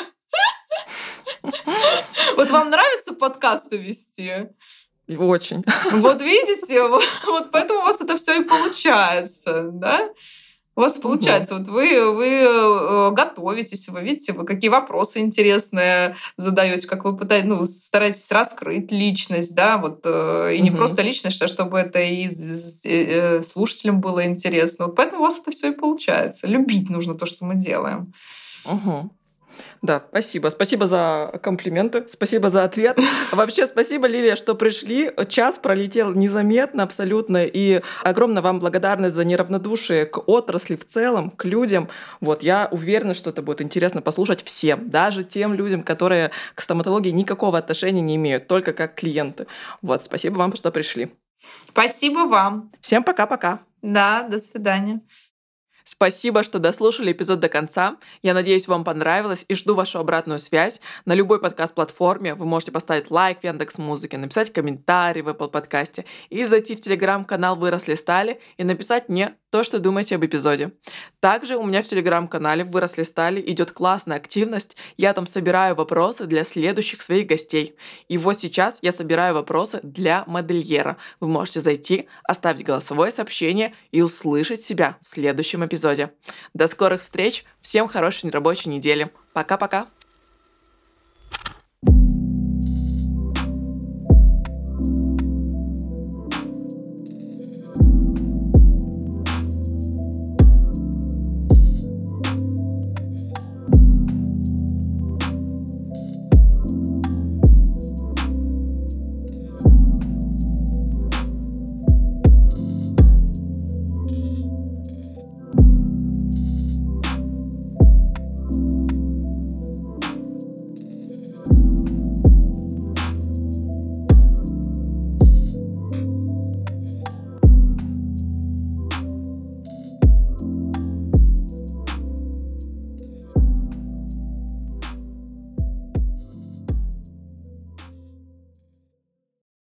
Вот вам нравится подкасты вести? Очень. Вот видите, вот поэтому у вас это все и получается, да? У вас получается, угу. вот вы, вы готовитесь, вы видите, вы какие вопросы интересные задаете, как вы пытаетесь, ну, стараетесь раскрыть личность, да, вот, и угу. не просто личность, а чтобы это и слушателям было интересно. Вот поэтому у вас это все и получается. Любить нужно то, что мы делаем. Угу. Да, спасибо. Спасибо за комплименты, спасибо за ответ. Вообще, спасибо, Лилия, что пришли. Час пролетел незаметно абсолютно, и огромная вам благодарность за неравнодушие к отрасли в целом, к людям. Вот, я уверена, что это будет интересно послушать всем, даже тем людям, которые к стоматологии никакого отношения не имеют, только как клиенты. Вот, спасибо вам, что пришли. Спасибо вам. Всем пока-пока. Да, до свидания. Спасибо, что дослушали эпизод до конца. Я надеюсь, вам понравилось и жду вашу обратную связь. На любой подкаст-платформе вы можете поставить лайк в Яндекс.Музыке, написать комментарий в Apple подкасте или зайти в телеграм-канал «Выросли стали» и написать мне то, что думаете об эпизоде. Также у меня в телеграм-канале «Выросли стали» идет классная активность. Я там собираю вопросы для следующих своих гостей. И вот сейчас я собираю вопросы для модельера. Вы можете зайти, оставить голосовое сообщение и услышать себя в следующем эпизоде. До скорых встреч, всем хорошей рабочей недели. Пока-пока.